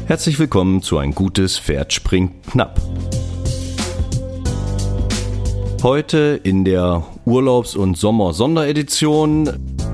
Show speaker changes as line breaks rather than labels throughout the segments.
Herzlich willkommen zu Ein gutes Pferd springt knapp. Heute in der Urlaubs- und Sommer-Sonderedition.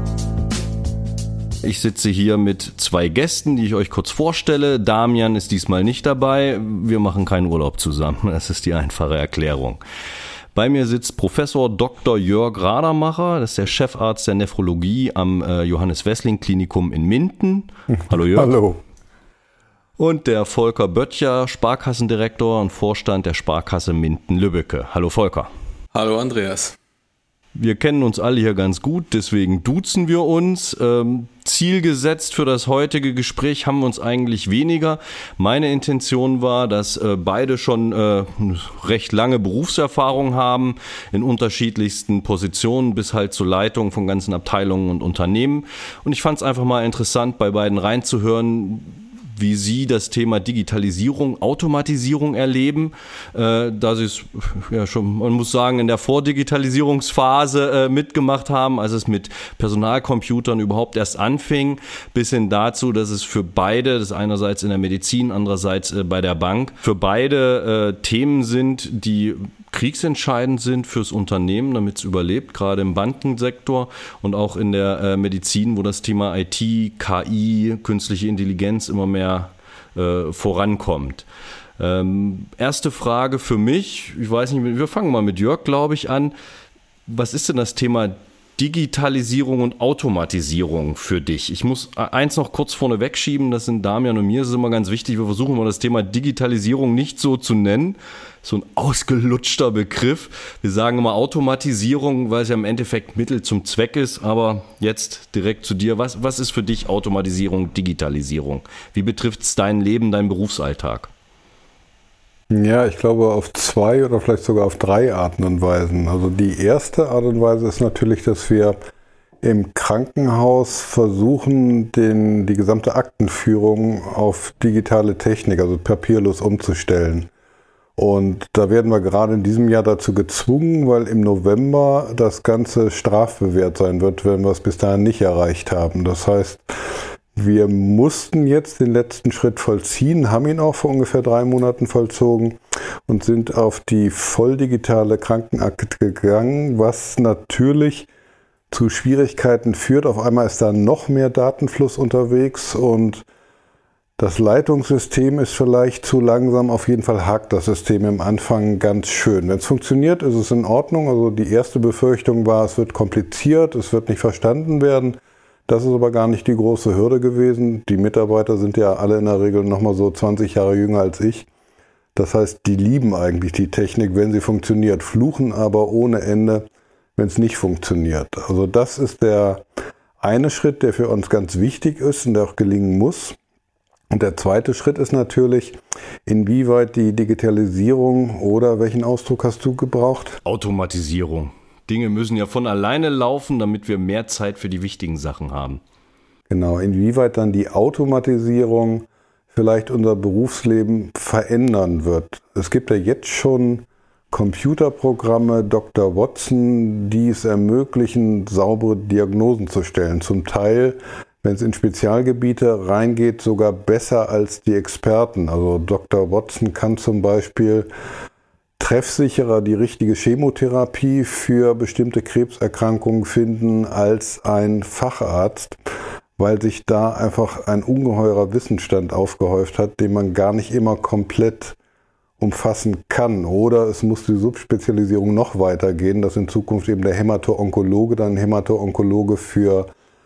Ich sitze hier mit zwei Gästen, die ich euch kurz vorstelle. Damian ist diesmal nicht dabei. Wir machen keinen Urlaub zusammen. Das ist die einfache Erklärung. Bei mir sitzt Professor Dr. Jörg Radermacher, das ist der Chefarzt der Nephrologie am Johannes Wessling Klinikum in Minden. Hallo Jörg.
Hallo.
Und der Volker Böttcher, Sparkassendirektor und Vorstand der Sparkasse Minden-Lübbecke. Hallo Volker.
Hallo Andreas.
Wir kennen uns alle hier ganz gut, deswegen duzen wir uns. Ziel gesetzt für das heutige Gespräch haben wir uns eigentlich weniger. Meine Intention war, dass beide schon recht lange Berufserfahrung haben in unterschiedlichsten Positionen bis halt zur Leitung von ganzen Abteilungen und Unternehmen. Und ich fand es einfach mal interessant, bei beiden reinzuhören, wie Sie das Thema Digitalisierung, Automatisierung erleben, da Sie es ja schon, man muss sagen, in der Vordigitalisierungsphase mitgemacht haben, als es mit Personalcomputern überhaupt erst anfing, bis hin dazu, dass es für beide, das einerseits in der Medizin, andererseits bei der Bank, für beide Themen sind, die kriegsentscheidend sind fürs Unternehmen, damit es überlebt, gerade im Bankensektor und auch in der Medizin, wo das Thema IT, KI, künstliche Intelligenz immer mehr vorankommt. Erste Frage für mich, ich weiß nicht, wir fangen mal mit Jörg, glaube ich, an. Was ist denn das Thema Digitalisierung und Automatisierung für dich? Ich muss eins noch kurz vorne wegschieben, das sind Damian und mir, das ist immer ganz wichtig, wir versuchen mal das Thema Digitalisierung nicht so zu nennen, so ein ausgelutschter Begriff. Wir sagen immer Automatisierung, weil es ja im Endeffekt Mittel zum Zweck ist, aber jetzt direkt zu dir, was ist für dich Automatisierung, Digitalisierung? Wie betrifft es dein Leben, deinen Berufsalltag?
Ja, ich glaube auf 2 oder vielleicht sogar auf 3 Arten und Weisen. Also die erste Art und Weise ist natürlich, dass wir im Krankenhaus versuchen, die gesamte Aktenführung auf digitale Technik, also papierlos umzustellen. Und da werden wir gerade in diesem Jahr dazu gezwungen, weil im November das Ganze strafbewehrt sein wird, wenn wir es bis dahin nicht erreicht haben. Das heißt, wir mussten jetzt den letzten Schritt vollziehen, haben ihn auch vor ungefähr 3 Monaten vollzogen und sind auf die volldigitale Krankenakte gegangen, was natürlich zu Schwierigkeiten führt. Auf einmal ist da noch mehr Datenfluss unterwegs und das Leitungssystem ist vielleicht zu langsam. Auf jeden Fall hakt das System im Anfang ganz schön. Wenn es funktioniert, ist es in Ordnung. Also die erste Befürchtung war, es wird kompliziert, es wird nicht verstanden werden. Das ist aber gar nicht die große Hürde gewesen. Die Mitarbeiter sind ja alle in der Regel nochmal so 20 Jahre jünger als ich. Das heißt, die lieben eigentlich die Technik, wenn sie funktioniert, fluchen aber ohne Ende, wenn es nicht funktioniert. Also das ist der eine Schritt, der für uns ganz wichtig ist und der auch gelingen muss. Und der zweite Schritt ist natürlich, inwieweit die Digitalisierung oder welchen Ausdruck hast du gebraucht?
Automatisierung. Dinge müssen ja von alleine laufen, damit wir mehr Zeit für die wichtigen Sachen haben.
Genau, inwieweit dann die Automatisierung vielleicht unser Berufsleben verändern wird. Es gibt ja jetzt schon Computerprogramme, Dr. Watson, die es ermöglichen, saubere Diagnosen zu stellen. Zum Teil, wenn es in Spezialgebiete reingeht, sogar besser als die Experten. Also Dr. Watson kann zum Beispiel treffsicherer die richtige Chemotherapie für bestimmte Krebserkrankungen finden als ein Facharzt, weil sich da einfach ein ungeheurer Wissensstand aufgehäuft hat, den man gar nicht immer komplett umfassen kann. Oder es muss die Subspezialisierung noch weitergehen, dass in Zukunft eben der Hämato-Onkologe dann Hämato-Onkologe für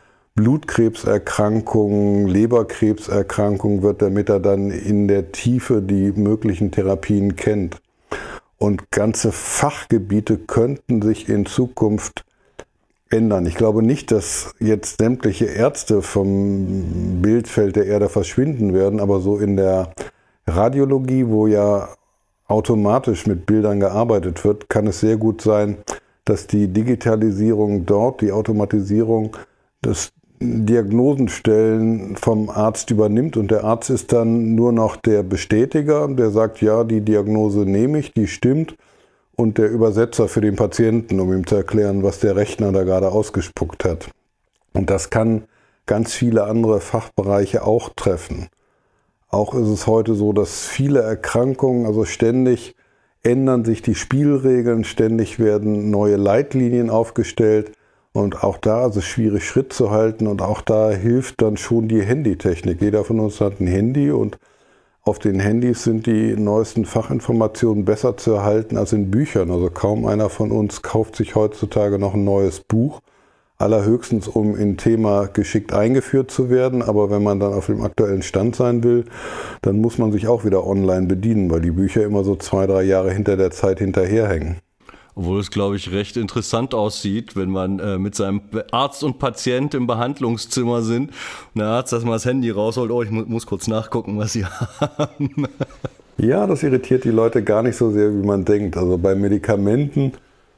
Blutkrebserkrankungen, Leberkrebserkrankungen wird, damit er dann in der Tiefe die möglichen Therapien kennt. Und ganze Fachgebiete könnten sich in Zukunft ändern. Ich glaube nicht, dass jetzt sämtliche Ärzte vom Bildfeld der Erde verschwinden werden, aber so in der Radiologie, wo ja automatisch mit Bildern gearbeitet wird, kann es sehr gut sein, dass die Digitalisierung dort, die Automatisierung, das Diagnosenstellen vom Arzt übernimmt und der Arzt ist dann nur noch der Bestätiger, der sagt, ja, die Diagnose nehme ich, die stimmt, und der Übersetzer für den Patienten, um ihm zu erklären, was der Rechner da gerade ausgespuckt hat. Und das kann ganz viele andere Fachbereiche auch treffen. Auch ist es heute so, dass viele Erkrankungen, also ständig ändern sich die Spielregeln, ständig werden neue Leitlinien aufgestellt und auch da ist es schwierig, Schritt zu halten und auch da hilft dann schon die Handytechnik. Jeder von uns hat ein Handy und auf den Handys sind die neuesten Fachinformationen besser zu erhalten als in Büchern. Also kaum einer von uns kauft sich heutzutage noch ein neues Buch. Allerhöchstens, um in ein Thema geschickt eingeführt zu werden. Aber wenn man dann auf dem aktuellen Stand sein will, dann muss man sich auch wieder online bedienen, weil die Bücher immer so 2-3 Jahre hinter der Zeit hinterherhängen.
Obwohl es, glaube ich, recht interessant aussieht, wenn man mit seinem Arzt und Patient im Behandlungszimmer sind und der Arzt erstmal das Handy rausholt, ich muss kurz nachgucken, was sie haben.
Ja, das irritiert die Leute gar nicht so sehr, wie man denkt. Also bei Medikamenten,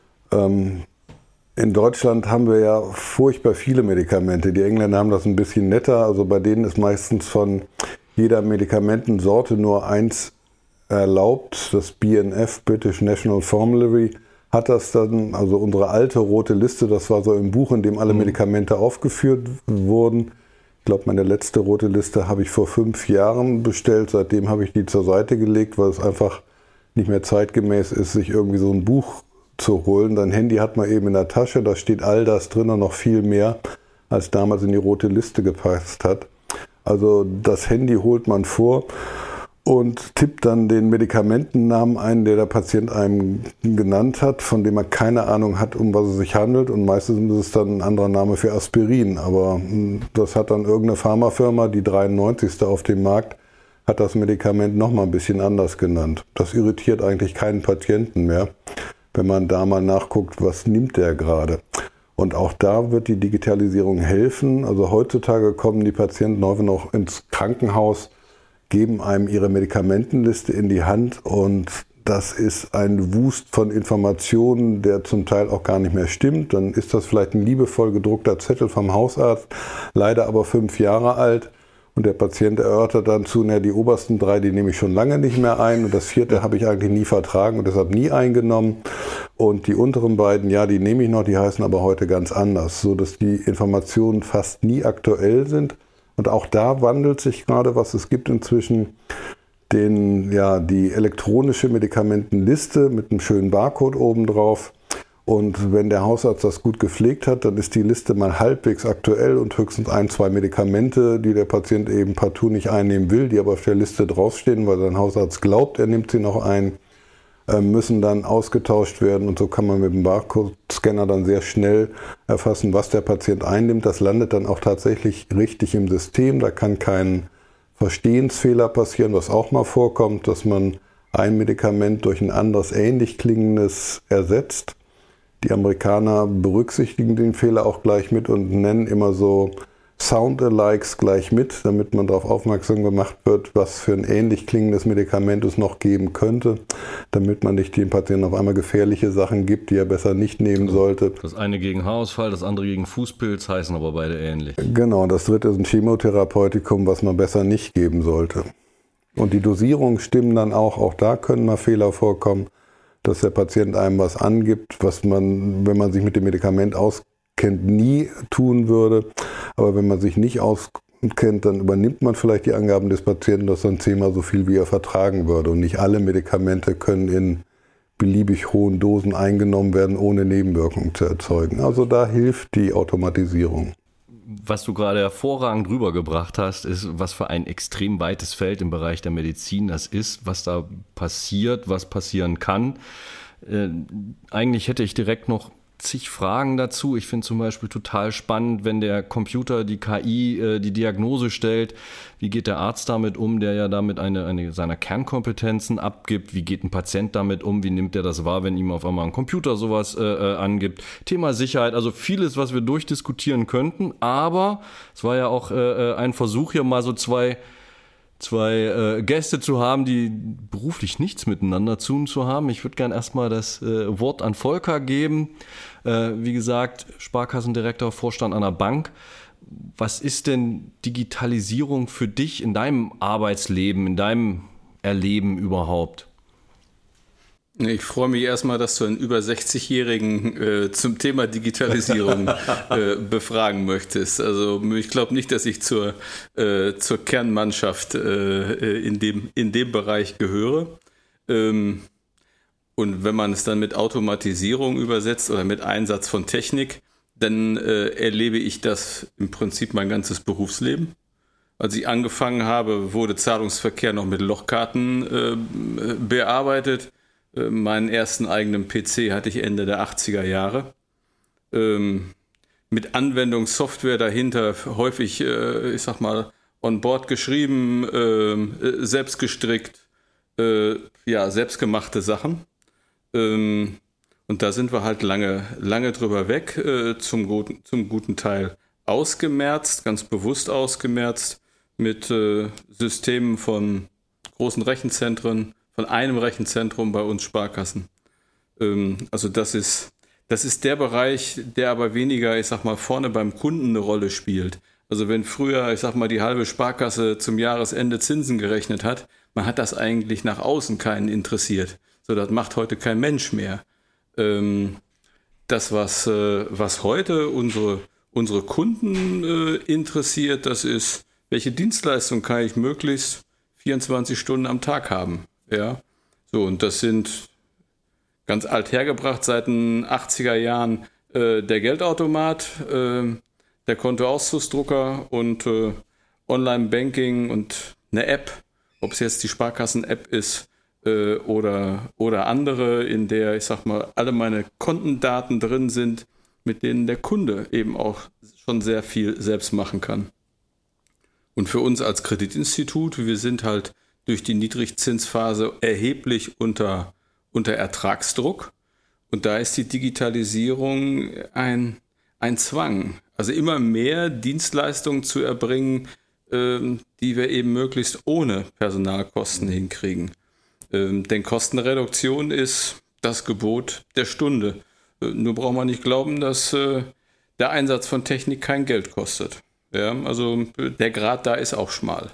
in Deutschland haben wir ja furchtbar viele Medikamente. Die Engländer haben das ein bisschen netter. Also bei denen ist meistens von jeder Medikamentensorte nur eins erlaubt. Das BNF, British National Formulary, hat das dann, also unsere alte rote Liste, das war so im Buch, in dem alle Medikamente aufgeführt wurden. Ich glaube, meine letzte rote Liste habe ich vor 5 Jahren bestellt. Seitdem habe ich die zur Seite gelegt, weil es einfach nicht mehr zeitgemäß ist, sich irgendwie so ein Buch zu holen. Dein Handy hat man eben in der Tasche, da steht all das drin und noch viel mehr, als damals in die rote Liste gepasst hat. Also das Handy holt man vor und tippt dann den Medikamentennamen ein, der Patient einem genannt hat, von dem er keine Ahnung hat, um was es sich handelt. Und meistens ist es dann ein anderer Name für Aspirin. Aber das hat dann irgendeine Pharmafirma, die 93. auf dem Markt, hat das Medikament nochmal ein bisschen anders genannt. Das irritiert eigentlich keinen Patienten mehr, wenn man da mal nachguckt, was nimmt der gerade. Und auch da wird die Digitalisierung helfen. Also heutzutage kommen die Patienten häufig noch ins Krankenhaus, geben einem ihre Medikamentenliste in die Hand und das ist ein Wust von Informationen, der zum Teil auch gar nicht mehr stimmt. Dann ist das vielleicht ein liebevoll gedruckter Zettel vom Hausarzt, leider aber 5 Jahre alt und der Patient erörtert dann zu, die obersten 3, die nehme ich schon lange nicht mehr ein und das 4. habe ich eigentlich nie vertragen und deshalb nie eingenommen und die unteren beiden, die nehme ich noch, die heißen aber heute ganz anders, sodass die Informationen fast nie aktuell sind. Und auch da wandelt sich gerade was. Es gibt inzwischen die elektronische Medikamentenliste mit einem schönen Barcode obendrauf. Und wenn der Hausarzt das gut gepflegt hat, dann ist die Liste mal halbwegs aktuell und höchstens 1-2 Medikamente, die der Patient eben partout nicht einnehmen will, die aber auf der Liste draufstehen, weil sein Hausarzt glaubt, er nimmt sie noch ein, müssen dann ausgetauscht werden und so kann man mit dem Barcode-Scanner dann sehr schnell erfassen, was der Patient einnimmt. Das landet dann auch tatsächlich richtig im System. Da kann kein Verstehensfehler passieren, was auch mal vorkommt, dass man ein Medikament durch ein anderes ähnlich klingendes ersetzt. Die Amerikaner berücksichtigen den Fehler auch gleich mit und nennen immer so Sound-Alikes gleich mit, damit man darauf aufmerksam gemacht wird, was für ein ähnlich klingendes Medikament es noch geben könnte, damit man nicht dem Patienten auf einmal gefährliche Sachen gibt, die er besser nicht nehmen sollte.
Das eine gegen Haarausfall, das andere gegen Fußpilz, heißen aber beide ähnlich.
Genau, das 3. ist ein Chemotherapeutikum, was man besser nicht geben sollte. Und die Dosierungen stimmen dann auch da können mal Fehler vorkommen, dass der Patient einem was angibt, was man, wenn man sich mit dem Medikament auskennt, nie tun würde. Aber wenn man sich nicht auskennt, dann übernimmt man vielleicht die Angaben des Patienten, das dann 10-mal so viel, wie er vertragen würde. Und nicht alle Medikamente können in beliebig hohen Dosen eingenommen werden, ohne Nebenwirkungen zu erzeugen. Also da hilft die Automatisierung.
Was du gerade hervorragend rübergebracht hast, ist, was für ein extrem weites Feld im Bereich der Medizin das ist, was da passiert, was passieren kann. Eigentlich hätte ich direkt noch zig Fragen dazu. Ich finde zum Beispiel total spannend, wenn der Computer, die KI, die Diagnose stellt. Wie geht der Arzt damit um, der ja damit eine seiner Kernkompetenzen abgibt? Wie geht ein Patient damit um? Wie nimmt er das wahr, wenn ihm auf einmal ein Computer sowas angibt? Thema Sicherheit, also vieles, was wir durchdiskutieren könnten. Aber es war ja auch ein Versuch, hier mal so zwei Gäste zu haben, die beruflich nichts miteinander zu tun zu haben. Ich würde gerne erstmal das Wort an Volker geben. Wie gesagt, Sparkassendirektor, Vorstand einer Bank. Was ist denn Digitalisierung für dich in deinem Arbeitsleben, in deinem Erleben überhaupt?
Ich freue mich erstmal, dass du einen über 60-Jährigen zum Thema Digitalisierung befragen möchtest. Also ich glaube nicht, dass ich zur Kernmannschaft in dem Bereich gehöre. Und wenn man es dann mit Automatisierung übersetzt oder mit Einsatz von Technik, dann erlebe ich das im Prinzip mein ganzes Berufsleben. Als ich angefangen habe, wurde Zahlungsverkehr noch mit Lochkarten bearbeitet. Meinen ersten eigenen PC hatte ich Ende der 80er Jahre. Mit Anwendungssoftware dahinter, häufig, ich sag mal, on board geschrieben, selbst gestrickt, selbstgemachte Sachen. Und da sind wir halt lange drüber weg, zum guten Teil ausgemerzt, ganz bewusst ausgemerzt, mit Systemen von großen Rechenzentren, von einem Rechenzentrum bei uns Sparkassen. Also das ist der Bereich, der aber weniger, ich sag mal, vorne beim Kunden eine Rolle spielt. Also wenn früher, ich sag mal, die halbe Sparkasse zum Jahresende Zinsen gerechnet hat, man hat das eigentlich nach außen keinen interessiert. So, das macht heute kein Mensch mehr. Das, was heute unsere Kunden interessiert, das ist, welche Dienstleistung kann ich möglichst 24 Stunden am Tag haben. Ja, so, und das sind ganz alt hergebracht seit den 80er Jahren der Geldautomat, der Kontoauszugsdrucker und Online-Banking und eine App, ob es jetzt die Sparkassen-App ist oder andere, in der, ich sag mal, alle meine Kontendaten drin sind, mit denen der Kunde eben auch schon sehr viel selbst machen kann. Und für uns als Kreditinstitut, wir sind halt durch die Niedrigzinsphase erheblich unter Ertragsdruck. Und da ist die Digitalisierung ein Zwang. Also immer mehr Dienstleistungen zu erbringen, die wir eben möglichst ohne Personalkosten hinkriegen. Denn Kostenreduktion ist das Gebot der Stunde. Nur braucht man nicht glauben, dass der Einsatz von Technik kein Geld kostet. Ja, also der Grad da ist auch schmal.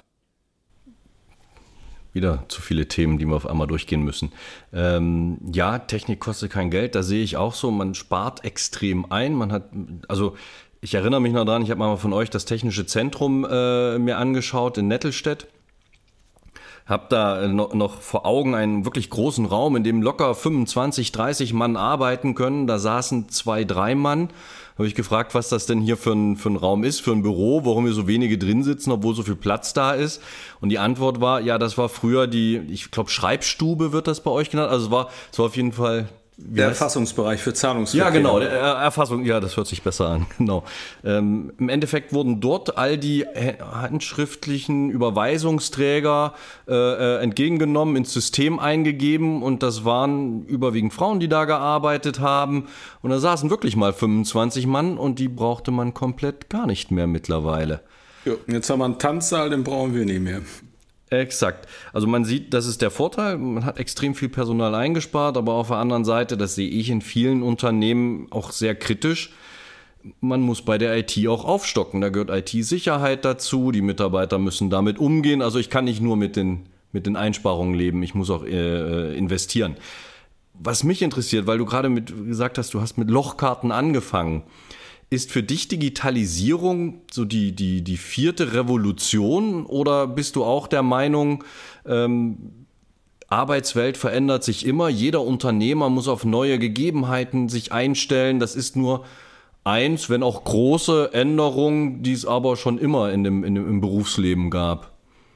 Wieder zu viele Themen, die wir auf einmal durchgehen müssen. Ja, Technik kostet kein Geld, da sehe ich auch so, man spart extrem ein. Ich erinnere mich noch dran, ich habe mal von euch das Technische Zentrum mir angeschaut in Nettelstedt. Hab da noch vor Augen einen wirklich großen Raum, in dem locker 25, 30 Mann arbeiten können. Da saßen 2, 3 Mann. Habe ich gefragt, was das denn hier für ein Raum ist, für ein Büro, warum hier so wenige drin sitzen, obwohl so viel Platz da ist. Und die Antwort war, ja, das war früher ich glaube, Schreibstube wird das bei euch genannt. Also es war auf jeden Fall...
Der Erfassungsbereich für Zahlungsverkehr.
Ja, genau, der Erfassung, ja, das hört sich besser an, genau. Im Endeffekt wurden dort all die handschriftlichen Überweisungsträger entgegengenommen, ins System eingegeben und das waren überwiegend Frauen, die da gearbeitet haben und da saßen wirklich mal 25 Mann und die brauchte man komplett gar nicht mehr mittlerweile.
Ja, jetzt haben wir einen Tanzsaal, den brauchen wir nicht mehr.
Exakt. Also man sieht, das ist der Vorteil, man hat extrem viel Personal eingespart, aber auf der anderen Seite, das sehe ich in vielen Unternehmen auch sehr kritisch, man muss bei der IT auch aufstocken. Da gehört IT-Sicherheit dazu, die Mitarbeiter müssen damit umgehen. Also ich kann nicht nur mit den Einsparungen leben, ich muss auch investieren. Was mich interessiert, weil du gerade gesagt hast, du hast mit Lochkarten angefangen. Ist für dich Digitalisierung so die 4. Revolution oder bist du auch der Meinung, Arbeitswelt verändert sich immer, jeder Unternehmer muss auf neue Gegebenheiten sich einstellen, das ist nur eins, wenn auch große Änderungen, die es aber schon immer im Berufsleben gab?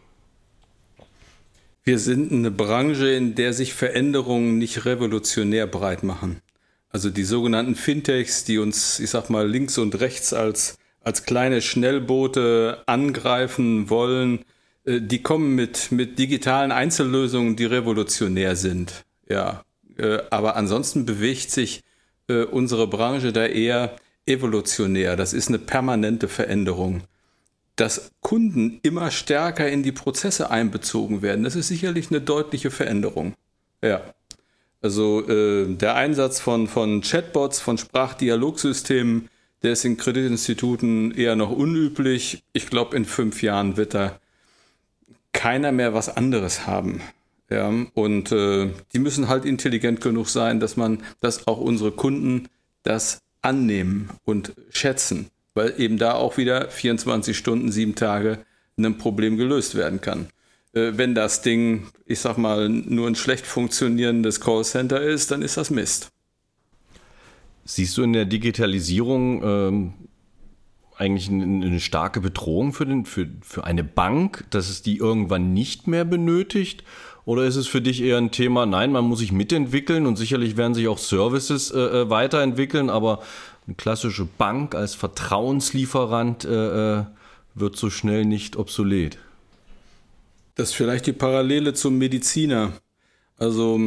Wir sind eine Branche, in der sich Veränderungen nicht revolutionär breit machen. Also die sogenannten Fintechs, die uns, ich sag mal, links und rechts als kleine Schnellboote angreifen wollen, die kommen mit digitalen Einzellösungen, die revolutionär sind. Ja, aber ansonsten bewegt sich unsere Branche da eher evolutionär. Das ist eine permanente Veränderung. Dass Kunden immer stärker in die Prozesse einbezogen werden, das ist sicherlich eine deutliche Veränderung. Ja. Also der Einsatz von Chatbots, von Sprachdialogsystemen, der ist in Kreditinstituten eher noch unüblich. Ich glaube, in 5 Jahren wird da keiner mehr was anderes haben. Ja, und die müssen halt intelligent genug sein, dass auch unsere Kunden das annehmen und schätzen, weil eben da auch wieder 24 Stunden, 7 Tage ein Problem gelöst werden kann. Wenn das Ding, ich sag mal, nur ein schlecht funktionierendes Callcenter ist, dann ist das Mist.
Siehst du in der Digitalisierung eigentlich eine starke Bedrohung für eine Bank, dass es die irgendwann nicht mehr benötigt? Oder ist es für dich eher ein Thema, nein, man muss sich mitentwickeln und sicherlich werden sich auch Services weiterentwickeln, aber eine klassische Bank als Vertrauenslieferant wird so schnell nicht obsolet?
Das ist vielleicht die Parallele zum Mediziner. Also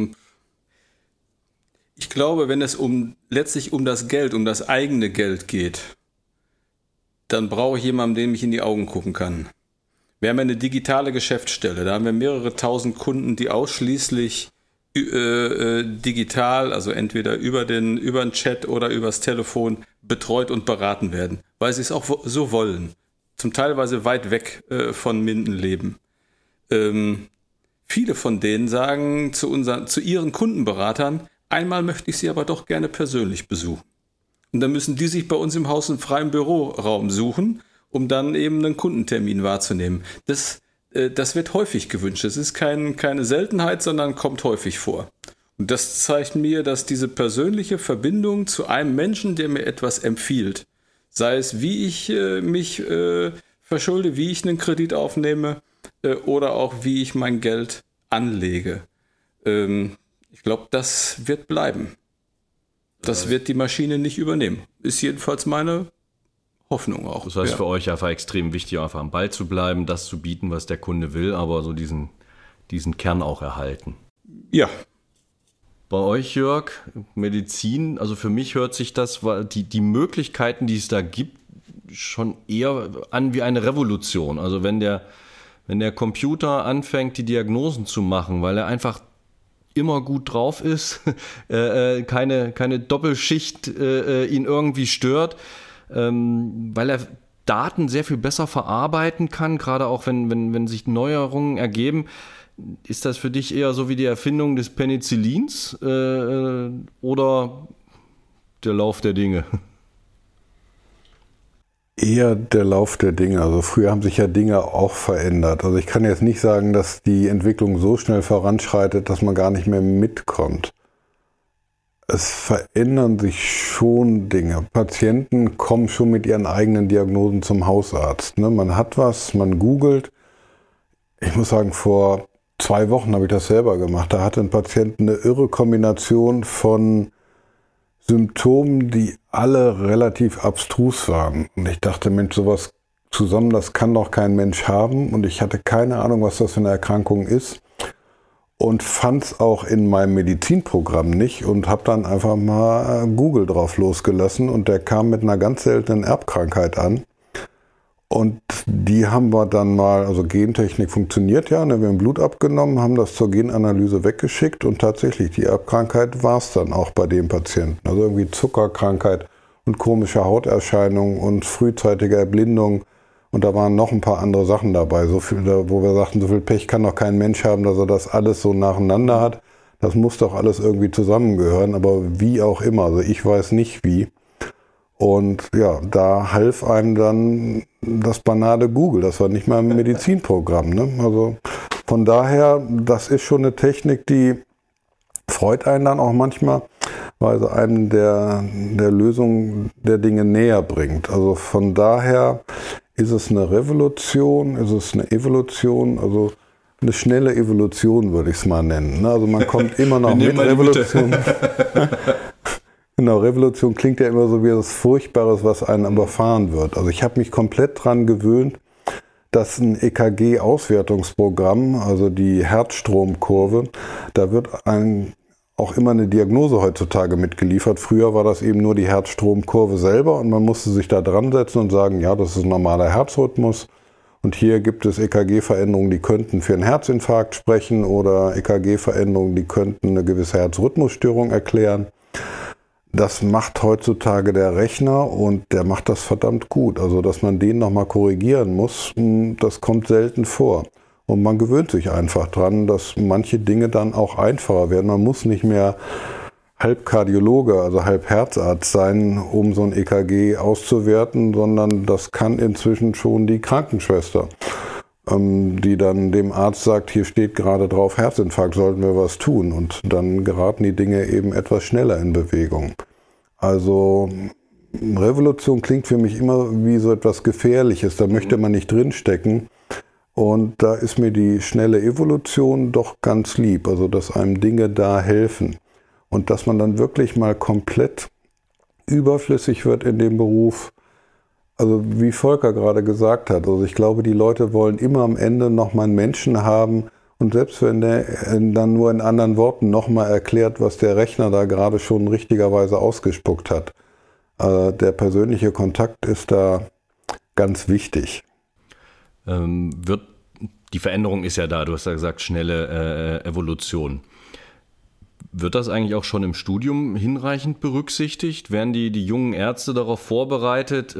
ich glaube, wenn es letztlich um das Geld, um das eigene Geld geht, dann brauche ich jemanden, dem ich in die Augen gucken kann. Wir haben eine digitale Geschäftsstelle, da haben wir mehrere tausend Kunden, die ausschließlich digital, also entweder über den Chat oder übers Telefon betreut und beraten werden, weil sie es auch so wollen. Zum Teilweise weit weg von Minden leben. Viele von denen sagen zu ihren Kundenberatern, einmal möchte ich sie aber doch gerne persönlich besuchen. Und dann müssen die sich bei uns im Haus einen freien Büroraum suchen, um dann eben einen Kundentermin wahrzunehmen. Das wird häufig gewünscht. Das ist keine Seltenheit, sondern kommt häufig vor. Und das zeigt mir, dass diese persönliche Verbindung zu einem Menschen, der mir etwas empfiehlt, sei es wie ich mich verschulde, wie ich einen Kredit aufnehme oder auch wie ich mein Geld anlege. Ich glaube, das wird bleiben. Das wird die Maschine nicht übernehmen. Ist jedenfalls meine Hoffnung auch.
Das heißt für euch einfach extrem wichtig, einfach am Ball zu bleiben, das zu bieten, was der Kunde will, aber so diesen Kern auch erhalten.
Ja.
Bei euch, Jörg, Medizin, also für mich hört sich das, die Möglichkeiten, die es da gibt, schon eher an wie eine Revolution. Also wenn der Computer anfängt, die Diagnosen zu machen, weil er einfach immer gut drauf ist, keine Doppelschicht ihn irgendwie stört, weil er Daten sehr viel besser verarbeiten kann, gerade auch wenn sich Neuerungen ergeben. Ist das für dich eher so wie die Erfindung des Penicillins oder der Lauf der Dinge?
Eher der Lauf der Dinge. Also früher haben sich ja Dinge auch verändert. Also ich kann jetzt nicht sagen, dass die Entwicklung so schnell voranschreitet, dass man gar nicht mehr mitkommt. Es verändern sich schon Dinge. Patienten kommen schon mit ihren eigenen Diagnosen zum Hausarzt. Man hat was, man googelt. Ich muss sagen, vor 2 Wochen habe ich das selber gemacht. Da hatte ein Patient eine irre Kombination von Symptomen, die alle relativ abstrus waren. Und ich dachte, Mensch, sowas zusammen, das kann doch kein Mensch haben. Und ich hatte keine Ahnung, was das für eine Erkrankung ist. Und fand es auch in meinem Medizinprogramm nicht und habe dann einfach mal Google drauf losgelassen. Und der kam mit einer ganz seltenen Erbkrankheit an. Und die haben wir dann mal, also Gentechnik funktioniert ja, wir haben Blut abgenommen, haben das zur Genanalyse weggeschickt und tatsächlich die Erbkrankheit war es dann auch bei dem Patienten. Also irgendwie Zuckerkrankheit und komische Hauterscheinungen und frühzeitige Erblindung. Und da waren noch ein paar andere Sachen dabei, so viel, wo wir sagten, so viel Pech kann doch kein Mensch haben, dass er das alles so nacheinander hat. Das muss doch alles irgendwie zusammengehören, aber wie auch immer, also ich weiß nicht wie. Und ja, da half einem dann das banale Google. Das war nicht mal ein Medizinprogramm. Also von daher, das ist schon eine Technik, die freut einen dann auch manchmal, weil sie einem der Lösung der Dinge näher bringt. Also von daher ist es eine Revolution, ist es eine Evolution, also eine schnelle Evolution würde ich es mal nennen. Also man kommt immer noch mit Revolution. Genau, Revolution klingt ja immer so wie etwas Furchtbares, was einen überfahren wird. Also ich habe mich komplett dran gewöhnt, dass ein EKG-Auswertungsprogramm, also die Herzstromkurve, da wird einem auch immer eine Diagnose heutzutage mitgeliefert. Früher war das eben nur die Herzstromkurve selber und man musste sich da dran setzen und sagen, ja, das ist ein normaler Herzrhythmus. Und hier gibt es EKG-Veränderungen, die könnten für einen Herzinfarkt sprechen oder EKG-Veränderungen, die könnten eine gewisse Herzrhythmusstörung erklären. Das macht heutzutage der Rechner und der macht das verdammt gut. Also, dass man den nochmal korrigieren muss, das kommt selten vor. Und man gewöhnt sich einfach dran, dass manche Dinge dann auch einfacher werden. Man muss nicht mehr halb Kardiologe, also halb Herzarzt sein, um so ein EKG auszuwerten, sondern das kann inzwischen schon die Krankenschwester, die dann dem Arzt sagt, hier steht gerade drauf Herzinfarkt, sollten wir was tun. Und dann geraten die Dinge eben etwas schneller in Bewegung. Also Revolution klingt für mich immer wie so etwas Gefährliches, da möchte man nicht drinstecken. Und da ist mir die schnelle Evolution doch ganz lieb, also dass einem Dinge da helfen. Und dass man dann wirklich mal komplett überflüssig wird in dem Beruf. Also wie Volker gerade gesagt hat, also ich glaube, die Leute wollen immer am Ende nochmal einen Menschen haben. Und selbst wenn der dann nur in anderen Worten nochmal erklärt, was der Rechner da gerade schon richtigerweise ausgespuckt hat. Der persönliche Kontakt ist da ganz wichtig.
Die Veränderung ist ja da, du hast ja gesagt, schnelle Evolution. Wird das eigentlich auch schon im Studium hinreichend berücksichtigt? Werden die jungen Ärzte darauf vorbereitet,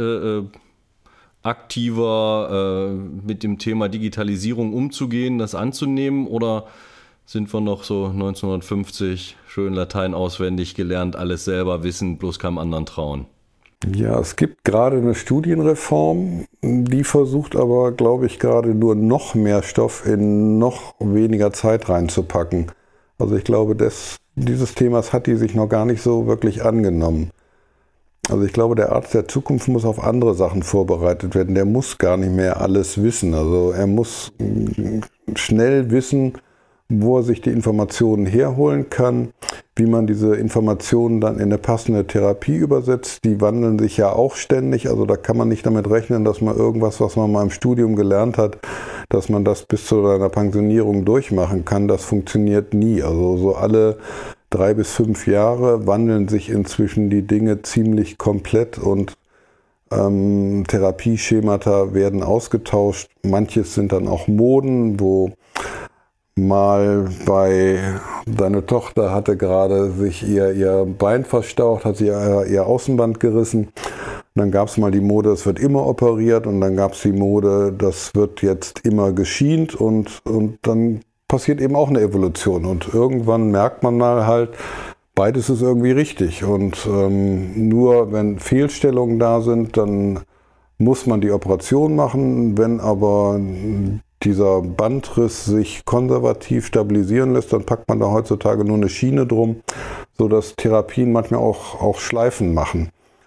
aktiver mit dem Thema Digitalisierung umzugehen, das anzunehmen? Oder sind wir noch so 1950, schön Latein auswendig gelernt, alles selber wissen, bloß keinem anderen trauen?
Ja, es gibt gerade eine Studienreform, die versucht aber, glaube ich, gerade nur noch mehr Stoff in noch weniger Zeit reinzupacken. Also ich glaube, dieses Themas hat die sich noch gar nicht so wirklich angenommen. Also ich glaube, der Arzt der Zukunft muss auf andere Sachen vorbereitet werden. Der muss gar nicht mehr alles wissen. Also er muss schnell wissen, wo er sich die Informationen herholen kann, wie man diese Informationen dann in eine passende Therapie übersetzt. Die wandeln sich ja auch ständig, also da kann man nicht damit rechnen, dass man irgendwas, was man mal im Studium gelernt hat, dass man das bis zu seiner Pensionierung durchmachen kann. Das funktioniert nie. Also so alle 3 bis 5 Jahre wandeln sich inzwischen die Dinge ziemlich komplett und Therapieschemata werden ausgetauscht. Manches sind dann auch Moden, wo mal seine Tochter hatte gerade sich ihr Bein verstaucht, hat sie ihr Außenband gerissen. Und dann gab es mal die Mode, es wird immer operiert, und dann gab es die Mode, das wird jetzt immer geschient, und dann passiert eben auch eine Evolution. Und irgendwann merkt man mal halt, beides ist irgendwie richtig. Und nur wenn Fehlstellungen da sind, dann muss man die Operation machen. Wenn aber dieser Bandriss sich konservativ stabilisieren lässt, dann packt man da heutzutage nur eine Schiene drum, sodass Therapien manchmal auch Schleifen machen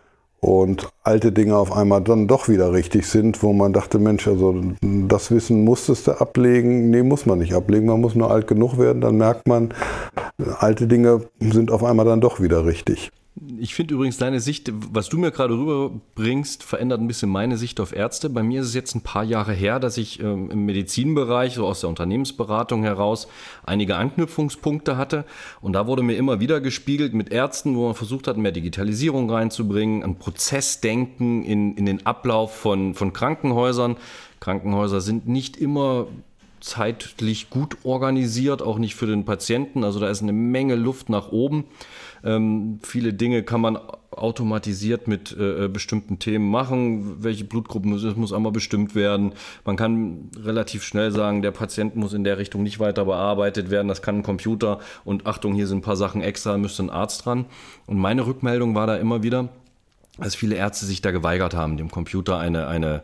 und alte Dinge auf einmal dann doch wieder richtig sind, wo man dachte, Mensch, also das Wissen musstest du ablegen. Nee, muss man nicht ablegen, man muss nur alt genug werden, dann merkt man, alte Dinge sind auf einmal dann doch wieder richtig.
Ich finde übrigens deine Sicht, was du mir gerade rüberbringst, verändert ein bisschen meine Sicht auf Ärzte. Bei mir ist es jetzt ein paar Jahre her, dass ich im Medizinbereich, so aus der Unternehmensberatung heraus, einige Anknüpfungspunkte hatte. Und da wurde mir immer wieder gespiegelt mit Ärzten, wo man versucht hat, mehr Digitalisierung reinzubringen, ein Prozessdenken in den Ablauf von Krankenhäusern. Krankenhäuser sind nicht immer zeitlich gut organisiert, auch nicht für den Patienten. Also da ist eine Menge Luft nach oben. Viele Dinge kann man automatisiert mit bestimmten Themen machen. Welche Blutgruppen muss einmal bestimmt werden. Man kann relativ schnell sagen, der Patient muss in der Richtung nicht weiter bearbeitet werden. Das kann ein Computer. Und Achtung, hier sind ein paar Sachen extra, müsste ein Arzt dran. Und meine Rückmeldung war da immer wieder, dass viele Ärzte sich da geweigert haben, dem Computer eine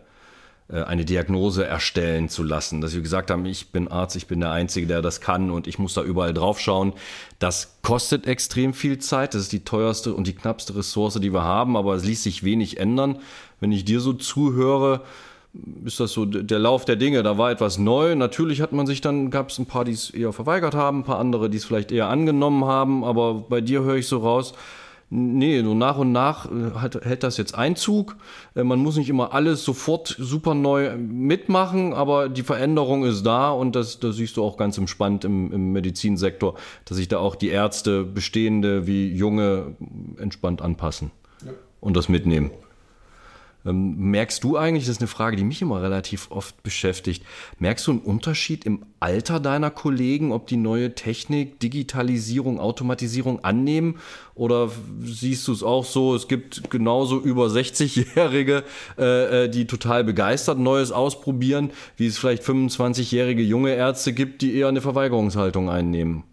Diagnose erstellen zu lassen. Dass wir gesagt haben, ich bin Arzt, ich bin der Einzige, der das kann, und ich muss da überall drauf schauen. Das kostet extrem viel Zeit. Das ist die teuerste und die knappste Ressource, die wir haben, aber es ließ sich wenig ändern. Wenn ich dir so zuhöre, ist das so der Lauf der Dinge. Da war etwas neu. Natürlich gab es ein paar, die es eher verweigert haben, ein paar andere, die es vielleicht eher angenommen haben, aber bei dir höre ich so raus, nee, so nach und nach hält das jetzt Einzug. Man muss nicht immer alles sofort super neu mitmachen, aber die Veränderung ist da, und das siehst du auch ganz entspannt im Medizinsektor, dass sich da auch die Ärzte, bestehende wie junge, entspannt anpassen und das mitnehmen. Merkst du eigentlich, das ist eine Frage, die mich immer relativ oft beschäftigt, merkst du einen Unterschied im Alter deiner Kollegen, ob die neue Technik, Digitalisierung, Automatisierung annehmen? Oder siehst du es auch so, es gibt genauso über 60-Jährige, die total begeistert Neues ausprobieren, wie es vielleicht 25-jährige junge Ärzte gibt, die eher eine Verweigerungshaltung einnehmen?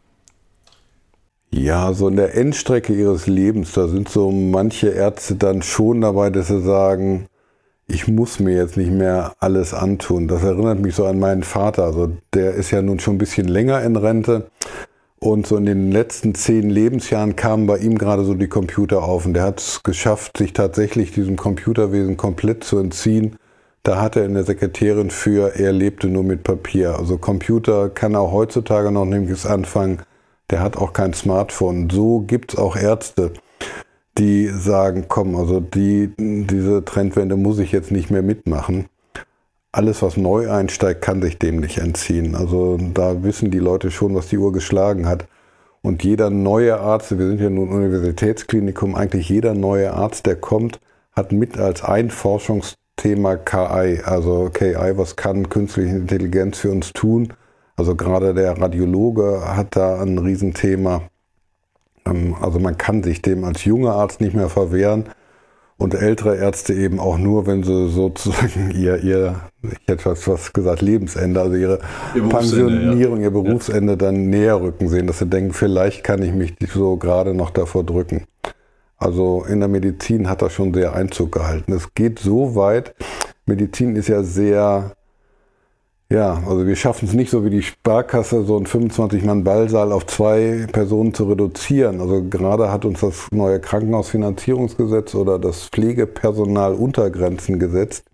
Ja, so in der Endstrecke ihres Lebens, da sind so manche Ärzte dann schon dabei, dass sie sagen, ich muss mir jetzt nicht mehr alles antun. Das erinnert mich so an meinen Vater. Also der ist ja nun schon ein bisschen länger in Rente. Und so in den letzten 10 Lebensjahren kamen bei ihm gerade so die Computer auf. Und der hat es geschafft, sich tatsächlich diesem Computerwesen komplett zu entziehen. Da hat er eine Sekretärin für, er lebte nur mit Papier. Also Computer kann auch heutzutage noch nichts anfangen. Der hat auch kein Smartphone. So gibt es auch Ärzte, die sagen, komm, also diese Trendwende muss ich jetzt nicht mehr mitmachen. Alles, was neu einsteigt, kann sich dem nicht entziehen. Also da wissen die Leute schon, was die Uhr geschlagen hat. Und jeder neue Arzt, wir sind ja nun Universitätsklinikum, eigentlich jeder neue Arzt, der kommt, hat mit als ein Forschungsthema KI. Also KI, was kann künstliche Intelligenz für uns tun? Also gerade der Radiologe hat da ein Riesenthema. Also man kann sich dem als junger Arzt nicht mehr verwehren und ältere Ärzte eben auch nur, wenn sie sozusagen ihr ich hätte was gesagt, Lebensende, also ihre Pensionierung, ihr Berufsende dann näher rücken sehen, dass sie denken, vielleicht kann ich mich so gerade noch davor drücken. Also in der Medizin hat das schon sehr Einzug gehalten. Es geht so weit, Medizin ist ja sehr... Ja, also wir schaffen es nicht so wie die Sparkasse, so einen 25-Mann-Ballsaal auf 2 Personen zu reduzieren. Also gerade hat uns das neue Krankenhausfinanzierungsgesetz oder das Pflegepersonaluntergrenzengesetz,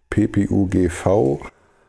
PPUGV,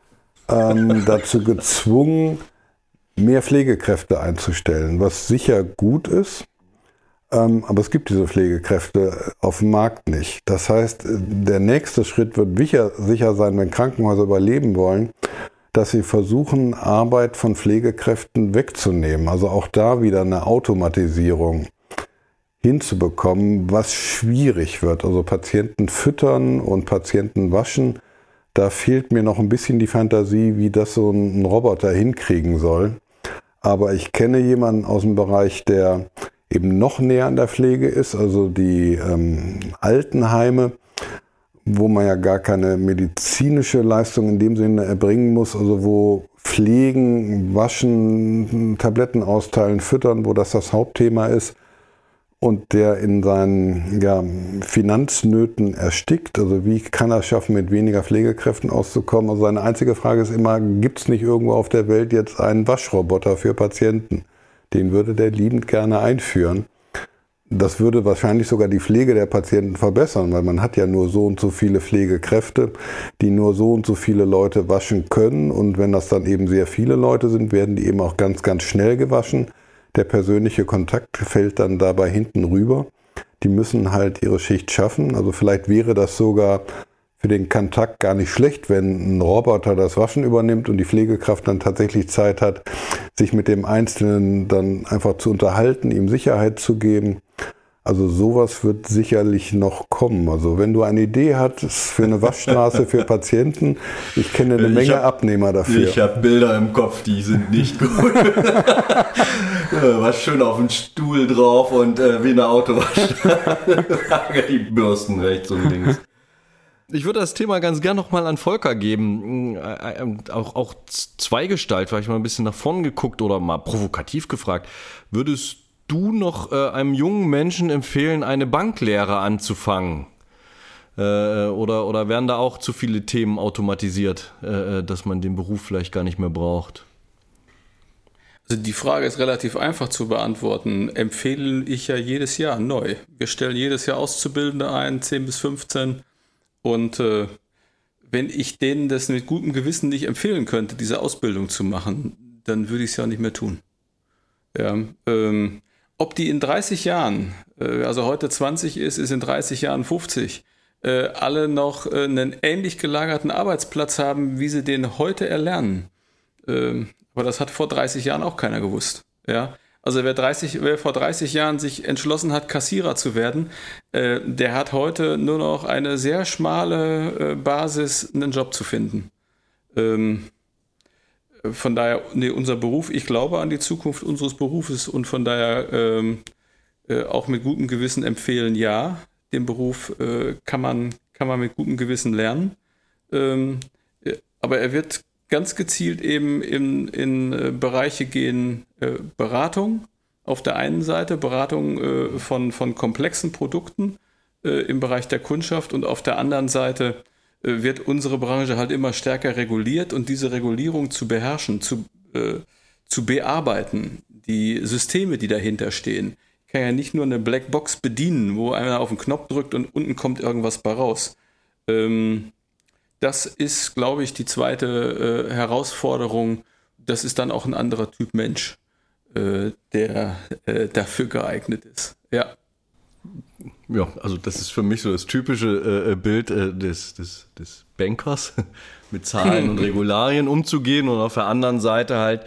dazu gezwungen, mehr Pflegekräfte einzustellen, was sicher gut ist. Aber es gibt diese Pflegekräfte auf dem Markt nicht. Das heißt, der nächste Schritt wird sicher sein, wenn Krankenhäuser überleben wollen, dass sie versuchen, Arbeit von Pflegekräften wegzunehmen. Also auch da wieder eine Automatisierung hinzubekommen, was schwierig wird. Also Patienten füttern und Patienten waschen, da fehlt mir noch ein bisschen die Fantasie, wie das so ein Roboter hinkriegen soll. Aber ich kenne jemanden aus dem Bereich, der eben noch näher an der Pflege ist, also die Altenheime, wo man ja gar keine medizinische Leistung in dem Sinne erbringen muss, also wo Pflegen, Waschen, Tabletten austeilen, füttern, wo das Hauptthema ist und der in seinen Finanznöten erstickt. Also wie kann er es schaffen, mit weniger Pflegekräften auszukommen? Also seine einzige Frage ist immer, gibt es nicht irgendwo auf der Welt jetzt einen Waschroboter für Patienten? Den würde der liebend gerne einführen. Das würde wahrscheinlich sogar die Pflege der Patienten verbessern, weil man hat ja nur so und so viele Pflegekräfte, die nur so und so viele Leute waschen können. Und wenn das dann eben sehr viele Leute sind, werden die eben auch ganz, ganz schnell gewaschen. Der persönliche Kontakt fällt dann dabei hinten rüber. Die müssen halt ihre Schicht schaffen. Also vielleicht wäre das sogar für den Kontakt gar nicht schlecht, wenn ein Roboter das Waschen übernimmt und die Pflegekraft dann tatsächlich Zeit hat, sich mit dem Einzelnen dann einfach zu unterhalten, ihm Sicherheit zu geben. Also sowas wird sicherlich noch kommen. Also wenn du eine Idee hast für eine Waschstraße für Patienten, ich kenne eine Menge Abnehmer dafür.
Ich habe Bilder im Kopf, die sind nicht gut. Was schön auf dem Stuhl drauf und wie eine Autowaschanlage, die Bürsten rechts und links. Ich würde das Thema ganz gern nochmal an Volker geben. Auch Zweigestalt, vielleicht mal ein bisschen nach vorn geguckt oder mal provokativ gefragt. Würdest du noch einem jungen Menschen empfehlen, eine Banklehre anzufangen? Oder werden da auch zu viele Themen automatisiert, dass man den Beruf vielleicht gar nicht mehr braucht?
Also die Frage ist relativ einfach zu beantworten. Empfehle ich ja jedes Jahr neu. Wir stellen jedes Jahr Auszubildende ein, 10 bis 15. Und wenn ich denen das mit gutem Gewissen nicht empfehlen könnte, diese Ausbildung zu machen, dann würde ich es ja nicht mehr tun. Ja, ob die in 30 Jahren, also heute 20 ist in 30 Jahren 50, alle noch einen ähnlich gelagerten Arbeitsplatz haben, wie sie den heute erlernen. Aber das hat vor 30 Jahren auch keiner gewusst. Ja? Also wer vor 30 Jahren sich entschlossen hat, Kassierer zu werden, der hat heute nur noch eine sehr schmale Basis, einen Job zu finden. Von daher, unser Beruf, ich glaube an die Zukunft unseres Berufes und von daher auch mit gutem Gewissen empfehlen, ja, den Beruf kann man mit gutem Gewissen lernen. Aber er wird ganz gezielt eben in Bereiche gehen, Beratung auf der einen Seite, Beratung von komplexen Produkten im Bereich der Kundschaft und auf der anderen Seite wird unsere Branche halt immer stärker reguliert und diese Regulierung zu beherrschen, zu bearbeiten, die Systeme, die dahinter stehen. Ich kann ja nicht nur eine Blackbox bedienen, wo einer auf den Knopf drückt und unten kommt irgendwas bei raus. Das ist, glaube ich, die zweite Herausforderung. Das ist dann auch ein anderer Typ Mensch, der dafür geeignet ist. Ja.
Ja, also das ist für mich so das typische Bild des Bankers, mit Zahlen und Regularien umzugehen und auf der anderen Seite halt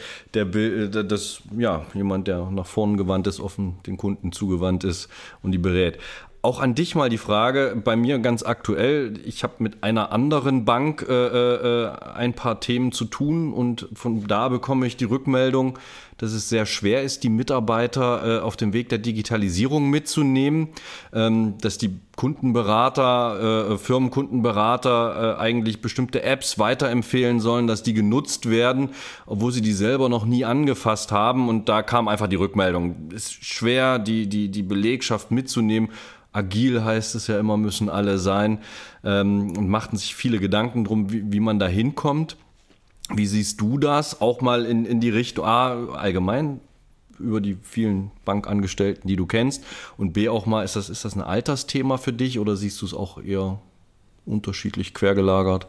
jemand, der nach vorn gewandt ist, offen den Kunden zugewandt ist und die berät. Auch an dich mal die Frage, bei mir ganz aktuell, ich habe mit einer anderen Bank ein paar Themen zu tun und von da bekomme ich die Rückmeldung, dass es sehr schwer ist, die Mitarbeiter auf dem Weg der Digitalisierung mitzunehmen, dass die Kundenberater, Firmenkundenberater eigentlich bestimmte Apps weiterempfehlen sollen, dass die genutzt werden, obwohl sie die selber noch nie angefasst haben und da kam einfach die Rückmeldung. Es ist schwer, die Belegschaft mitzunehmen. Agil heißt es ja immer, müssen alle sein und machten sich viele Gedanken drum, wie man da hinkommt. Wie siehst du das? Auch mal in die Richtung A, allgemein über die vielen Bankangestellten, die du kennst und B auch mal, ist das ein Altersthema für dich oder siehst du es auch eher unterschiedlich quergelagert?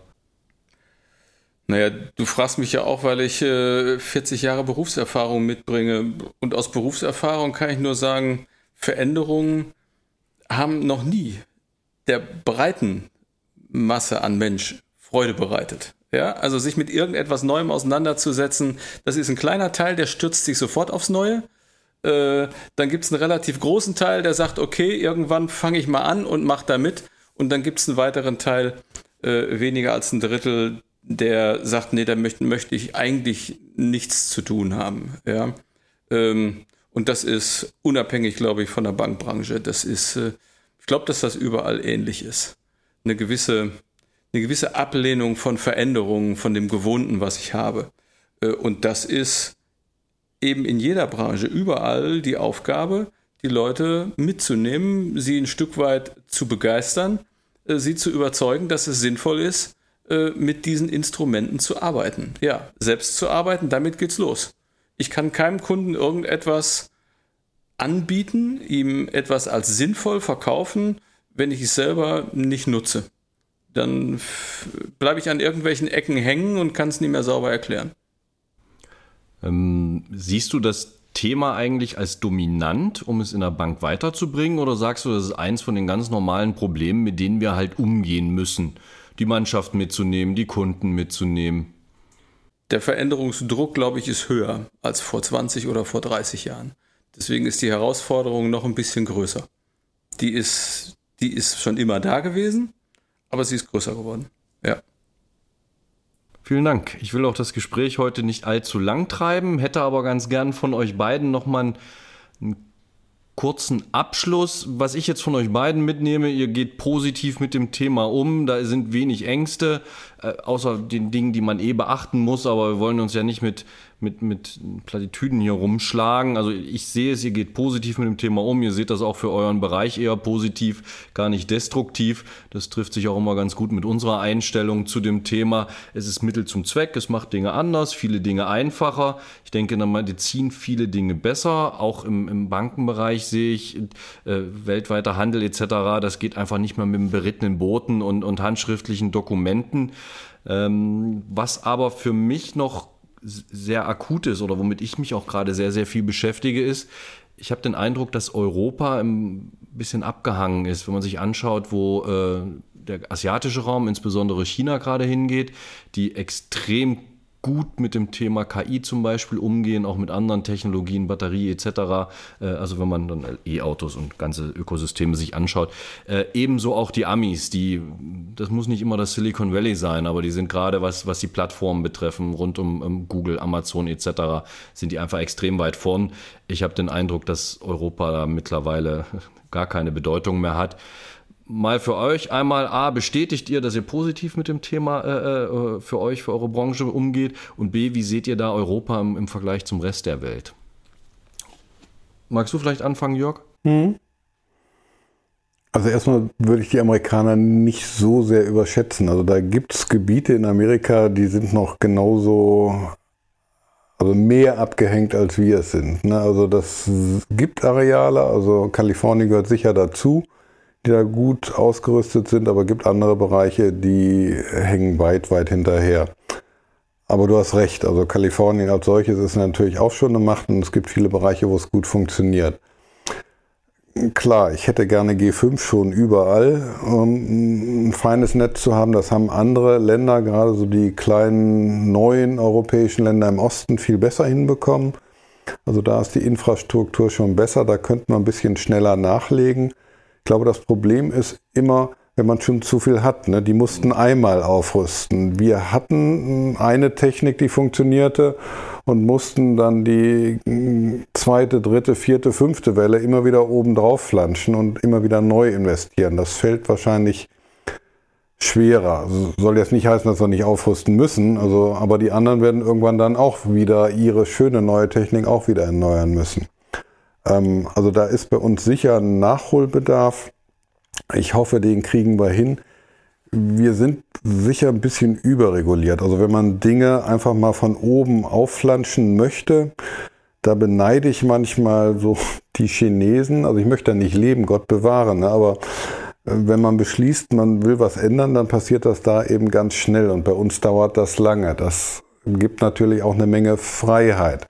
Naja, du fragst mich ja auch, weil ich 40 Jahre Berufserfahrung mitbringe und aus Berufserfahrung kann ich nur sagen, Veränderungen haben noch nie der breiten Masse an Mensch Freude bereitet. Ja, also sich mit irgendetwas Neuem auseinanderzusetzen, das ist ein kleiner Teil, der stürzt sich sofort aufs Neue. Dann gibt es einen relativ großen Teil, der sagt, okay, irgendwann fange ich mal an und mache da mit. Und dann gibt es einen weiteren Teil, weniger als ein Drittel, der sagt, nee, da möchte ich eigentlich nichts zu tun haben. Ja. Und das ist unabhängig, glaube ich, von der Bankbranche. Das ist, ich glaube, dass das überall ähnlich ist. Eine gewisse Ablehnung von Veränderungen, von dem Gewohnten, was ich habe. Und das ist eben in jeder Branche überall die Aufgabe, die Leute mitzunehmen, sie ein Stück weit zu begeistern, sie zu überzeugen, dass es sinnvoll ist, mit diesen Instrumenten zu arbeiten. Ja, selbst zu arbeiten, damit geht's los. Ich kann keinem Kunden irgendetwas anbieten, ihm etwas als sinnvoll verkaufen, wenn ich es selber nicht nutze. Dann bleibe ich an irgendwelchen Ecken hängen und kann es nicht mehr sauber erklären.
Siehst du das Thema eigentlich als dominant, um es in der Bank weiterzubringen? Oder sagst du, das ist eins von den ganz normalen Problemen, mit denen wir halt umgehen müssen? Die Mannschaft mitzunehmen, die Kunden mitzunehmen?
Der Veränderungsdruck, glaube ich, ist höher als vor 20 oder vor 30 Jahren. Deswegen ist die Herausforderung noch ein bisschen größer. Die ist schon immer da gewesen, aber sie ist größer geworden. Ja.
Vielen Dank. Ich will auch das Gespräch heute nicht allzu lang treiben, hätte aber ganz gern von euch beiden nochmal einen kurzen Abschluss. Was ich jetzt von euch beiden mitnehme, ihr geht positiv mit dem Thema um, da sind wenig Ängste, außer den Dingen, die man beachten muss, aber wir wollen uns ja nicht mit Plattitüden hier rumschlagen. Also ich sehe es, ihr geht positiv mit dem Thema um, ihr seht das auch für euren Bereich eher positiv, gar nicht destruktiv. Das trifft sich auch immer ganz gut mit unserer Einstellung zu dem Thema. Es ist Mittel zum Zweck, es macht Dinge anders, viele Dinge einfacher. Ich denke, in der Medizin viele Dinge besser, auch im Bankenbereich sehe ich weltweiter Handel etc., das geht einfach nicht mehr mit berittenen Boten und handschriftlichen Dokumenten. Was aber für mich noch sehr akut ist oder womit ich mich auch gerade sehr, sehr viel beschäftige, ist, ich habe den Eindruck, dass Europa ein bisschen abgehangen ist, wenn man sich anschaut, wo der asiatische Raum, insbesondere China, gerade hingeht, die extrem gut mit dem Thema KI zum Beispiel umgehen, auch mit anderen Technologien, Batterie etc. Also wenn man dann E-Autos und ganze Ökosysteme sich anschaut. Ebenso auch die Amis, das muss nicht immer das Silicon Valley sein, aber die sind gerade, was die Plattformen betreffen, rund um Google, Amazon etc., sind die einfach extrem weit vorn. Ich habe den Eindruck, dass Europa da mittlerweile gar keine Bedeutung mehr hat. Mal für euch einmal A, bestätigt ihr, dass ihr positiv mit dem Thema für euch, für eure Branche umgeht, und B, wie seht ihr da Europa im Vergleich zum Rest der Welt? Magst du vielleicht anfangen, Jörg?
Also erstmal würde ich die Amerikaner nicht so sehr überschätzen. Also da gibt es Gebiete in Amerika, die sind noch genauso, also mehr abgehängt als wir es sind. Ne? Also das gibt Areale, also Kalifornien gehört sicher dazu, die da gut ausgerüstet sind, aber gibt andere Bereiche, die hängen weit, weit hinterher. Aber du hast recht, also Kalifornien als solches ist natürlich auch schon eine Macht und es gibt viele Bereiche, wo es gut funktioniert. Klar, ich hätte gerne G5 schon überall, ein feines Netz zu haben. Das haben andere Länder, gerade so die kleinen neuen europäischen Länder im Osten, viel besser hinbekommen. Also da ist die Infrastruktur schon besser, da könnte man ein bisschen schneller nachlegen. Ich glaube, das Problem ist immer, wenn man schon zu viel hat. Ne? Die mussten einmal aufrüsten. Wir hatten eine Technik, die funktionierte und mussten dann die zweite, dritte, vierte, fünfte Welle immer wieder oben drauf flanschen und immer wieder neu investieren. Das fällt wahrscheinlich schwerer. Also soll jetzt nicht heißen, dass wir nicht aufrüsten müssen, aber die anderen werden irgendwann dann auch wieder ihre schöne neue Technik auch wieder erneuern müssen. Also da ist bei uns sicher ein Nachholbedarf. Ich hoffe, den kriegen wir hin. Wir sind sicher ein bisschen überreguliert. Also wenn man Dinge einfach mal von oben aufflanschen möchte, da beneide ich manchmal so die Chinesen. Also ich möchte da nicht leben, Gott bewahre, ne? Aber wenn man beschließt, man will was ändern, dann passiert das da eben ganz schnell. Und bei uns dauert das lange. Das gibt natürlich auch eine Menge Freiheit.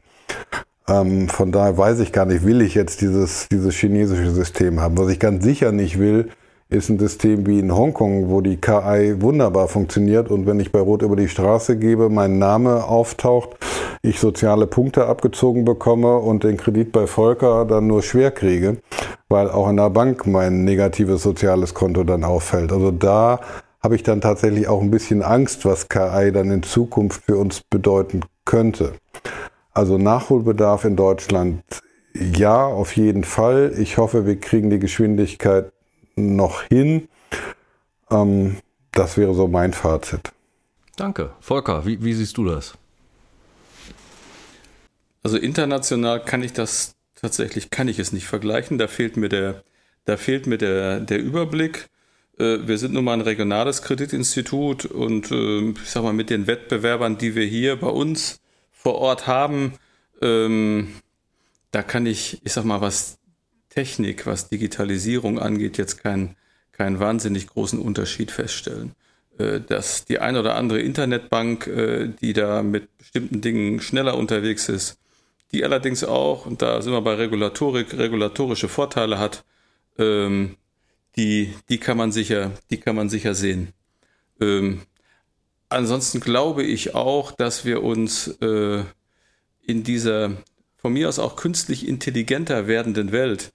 Von daher weiß ich gar nicht, will ich jetzt dieses chinesische System haben. Was ich ganz sicher nicht will, ist ein System wie in Hongkong, wo die KI wunderbar funktioniert und wenn ich bei Rot über die Straße gebe, mein Name auftaucht, ich soziale Punkte abgezogen bekomme und den Kredit bei Volker dann nur schwer kriege, weil auch in der Bank mein negatives soziales Konto dann auffällt. Also da habe ich dann tatsächlich auch ein bisschen Angst, was KI dann in Zukunft für uns bedeuten könnte. Also Nachholbedarf in Deutschland, ja, auf jeden Fall. Ich hoffe, wir kriegen die Geschwindigkeit noch hin. Das wäre so mein Fazit.
Danke. Volker, wie siehst du das?
Also international kann ich es nicht vergleichen. Da fehlt mir der Überblick. Wir sind nun mal ein regionales Kreditinstitut und ich sag mal, mit den Wettbewerbern, die wir hier bei uns vor Ort haben, da kann ich sag mal, was Technik, was Digitalisierung angeht, jetzt keinen wahnsinnig großen Unterschied feststellen. Dass die ein oder andere Internetbank, die da mit bestimmten Dingen schneller unterwegs ist, die allerdings auch, und da sind wir bei regulatorische Vorteile hat, die kann man sicher sehen. Ansonsten glaube ich auch, dass wir uns in dieser von mir aus auch künstlich intelligenter werdenden Welt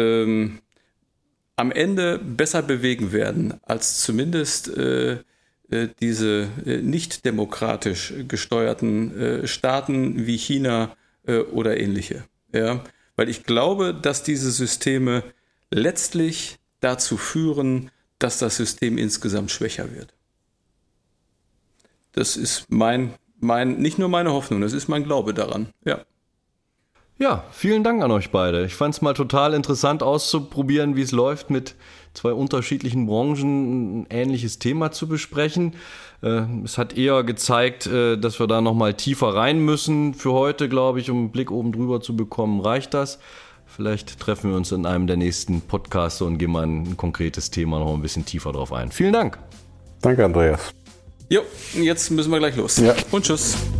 am Ende besser bewegen werden, als zumindest diese nicht demokratisch gesteuerten Staaten wie China oder ähnliche. Ja? Weil ich glaube, dass diese Systeme letztlich dazu führen, dass das System insgesamt schwächer wird. Das ist nicht nur meine Hoffnung, das ist mein Glaube daran. Ja.
Ja, vielen Dank an euch beide. Ich fand es mal total interessant auszuprobieren, wie es läuft, mit zwei unterschiedlichen Branchen ein ähnliches Thema zu besprechen. Es hat eher gezeigt, dass wir da nochmal tiefer rein müssen. Für heute, glaube ich, um einen Blick oben drüber zu bekommen, reicht das. Vielleicht treffen wir uns in einem der nächsten Podcasts und gehen mal ein konkretes Thema noch ein bisschen tiefer drauf ein. Vielen Dank.
Danke, Andreas.
Jo, jetzt müssen wir gleich los.
Ja.
Und tschüss.